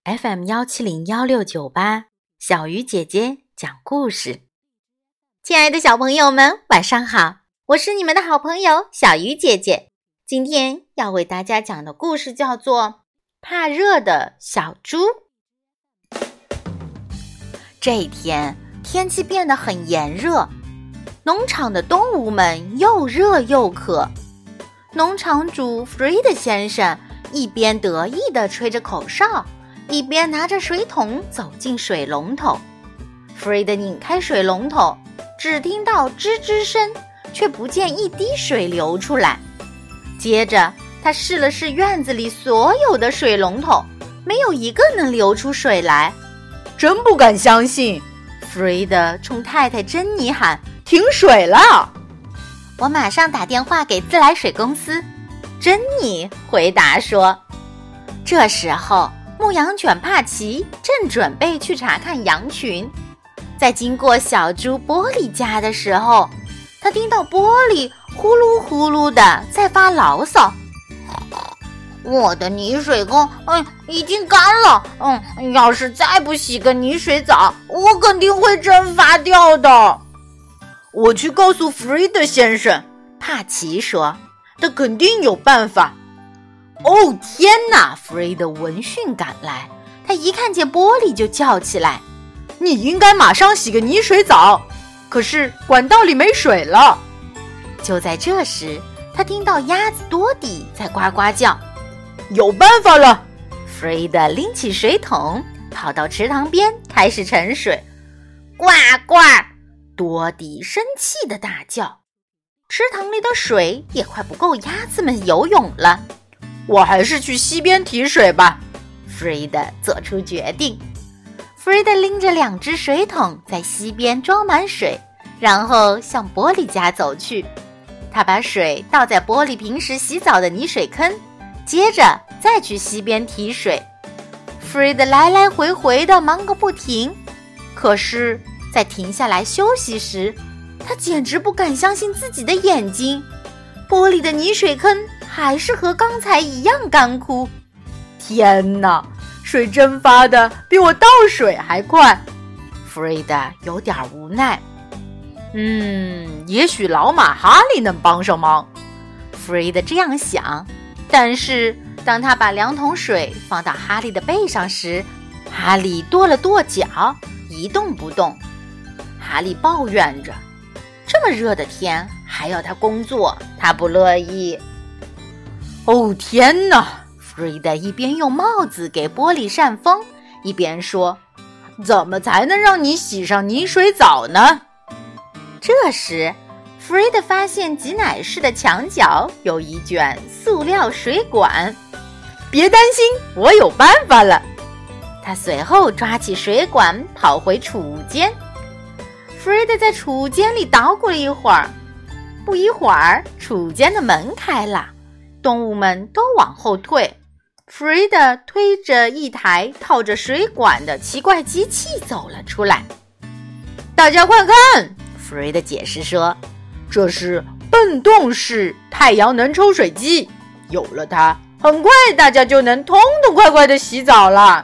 FM1701698，小鱼姐姐讲故事。亲爱的小朋友们，晚上好，我是你们的好朋友小鱼姐姐。今天要为大家讲的故事叫做《怕热的小猪》。这一天，天气变得很炎热，农场的动物们又热又渴。农场主 Fred 先生一边得意地吹着口哨，一边拿着水桶走进水龙头。Fred 拧开水龙头，只听到吱吱声，却不见一滴水流出来。接着他试了试院子里所有的水龙头，没有一个能流出水来。 真不敢相信 ！Fred 冲太太珍妮喊：“ 停水了！” 我马上打电话给自来水公司。珍妮回答说。这时候牧羊犬帕奇正准备去查看羊群，在经过小猪玻璃家的时候，他听到玻璃呼噜呼噜的在发牢骚。我的泥水缸已经干了，要是再不洗个泥水澡，我肯定会蒸发掉的。 我去告诉 Fred 先生， 帕奇说， 他肯定有办法。 哦天哪 ！Fred 闻讯赶来，他一看见玻璃就叫起来：“ 你应该马上洗个泥水澡，可是管道里没水了。” 就在这时，他听到鸭子多迪在呱呱叫。 有办法了 ！Fred 拎起水桶，跑到池塘边开始盛水。呱呱！多迪生气地大叫。池塘里的水也快不够鸭子们游泳了。 我还是去溪边提水吧 ，Fred 做出决定。Fred 拎着2只水桶在溪边装满水，然后向玻璃家走去。他把水倒在玻璃平时洗澡的泥水坑，接着再去溪边提水。Fred 来来回回地忙个不停，可是在停下来休息时，他简直不敢相信自己的眼睛，玻璃的泥水坑还是和刚才一样干枯。 天哪，水蒸发的比我倒水还快。 Fred 有点无奈。 也许老马哈利能帮上忙。 Fred 这样想，但是当他把2桶水放到哈利的背上时，哈利跺了跺脚，一动不动。哈利抱怨着，这么热的天还要他工作，他不乐意。 哦天哪 ！Fred 一边用帽子给玻璃扇风，一边说：“ 怎么才能让你洗上泥水澡呢？” 这时 ，Fred 发现挤奶室的墙角有一卷塑料水管。 别担心，我有办法了。 他随后抓起水管跑回储物间。Fred 在储物间里捣鼓了一会儿，不一会儿，储物间的门开了，动物们都往后退。Fred 推着一台套着水管的奇怪机器走了出来。 大家快看 ，Fred 解释说， 这是笨动式太阳能抽水机，有了它，很快大家就能痛痛快快地洗澡了。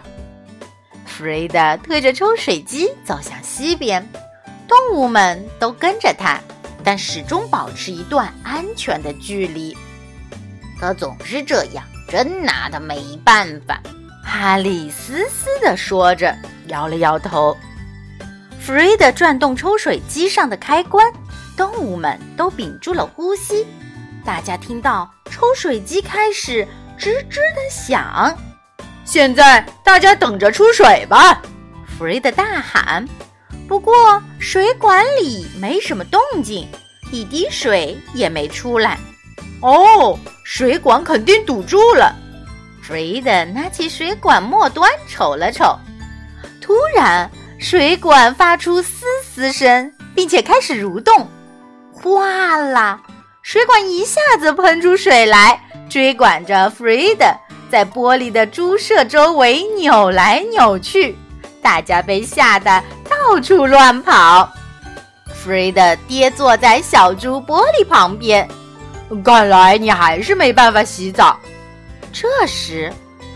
Fred 推着抽水机走向溪边，动物们都跟着他，但始终保持一段安全的距离。他总是这样，真拿他没办法。哈利嘶嘶地说着，摇了摇头。Fred 转动抽水机上的开关，动物们都屏住了呼吸。大家听到抽水机开始吱吱地响。 现在大家等着出水吧 ，Fred 大喊。不过水管里没什么动静，一滴水也没出来。 哦，水管肯定堵住了。 Fred 拿起水管末端瞅了瞅，突然水管发出嘶嘶声，并且开始蠕动。哗啦，水管一下子喷出水来，追赶着 Fred 在玻璃的猪舍周围扭来扭去。大家被吓得到处乱跑。Fred 跌坐在小猪玻璃旁边。 看来你还是没办法洗澡。 这时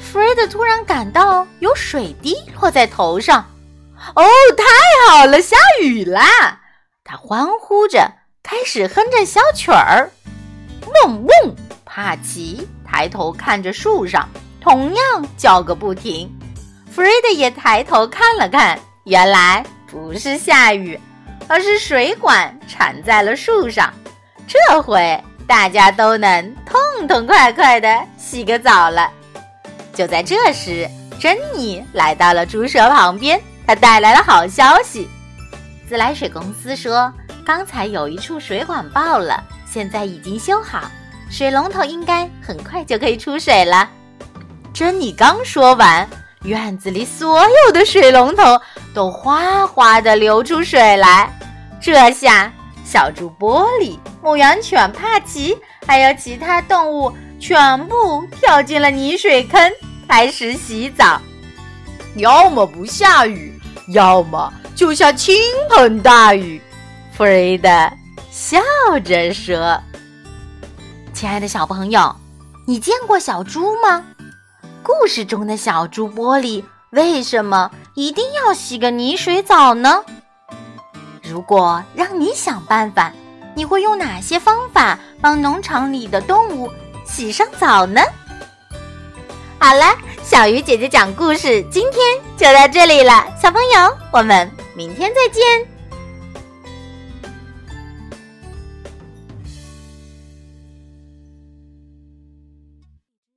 弗瑞德突然感到有水滴落在头上。 哦，太好了，下雨啦！ 他欢呼着，开始哼着小曲儿。嗡嗡，帕奇抬头看着树上，同样叫个不停。弗瑞德也抬头看了看，原来不是下雨，而是水管缠在了树上。这回大家都能痛痛快快地洗个澡了。就在这时，珍妮来到了猪舍旁边，她带来了好消息。自来水公司说，刚才有一处水管爆了，现在已经修好，水龙头应该很快就可以出水了。珍妮刚说完，院子里所有的水龙头都哗哗地流出水来。这下小猪波利、牧羊犬帕奇还有其他动物全部跳进了泥水坑，开始洗澡。 要么不下雨，要么就下倾盆大雨。 弗瑞德笑着说。亲爱的小朋友，你见过小猪吗？故事中的小猪波利为什么一定要洗个泥水澡呢？如果让你想办法，你会用哪些方法帮农场里的动物洗上澡呢？好了，小鱼姐姐讲故事今天就到这里了，小朋友，我们明天再见。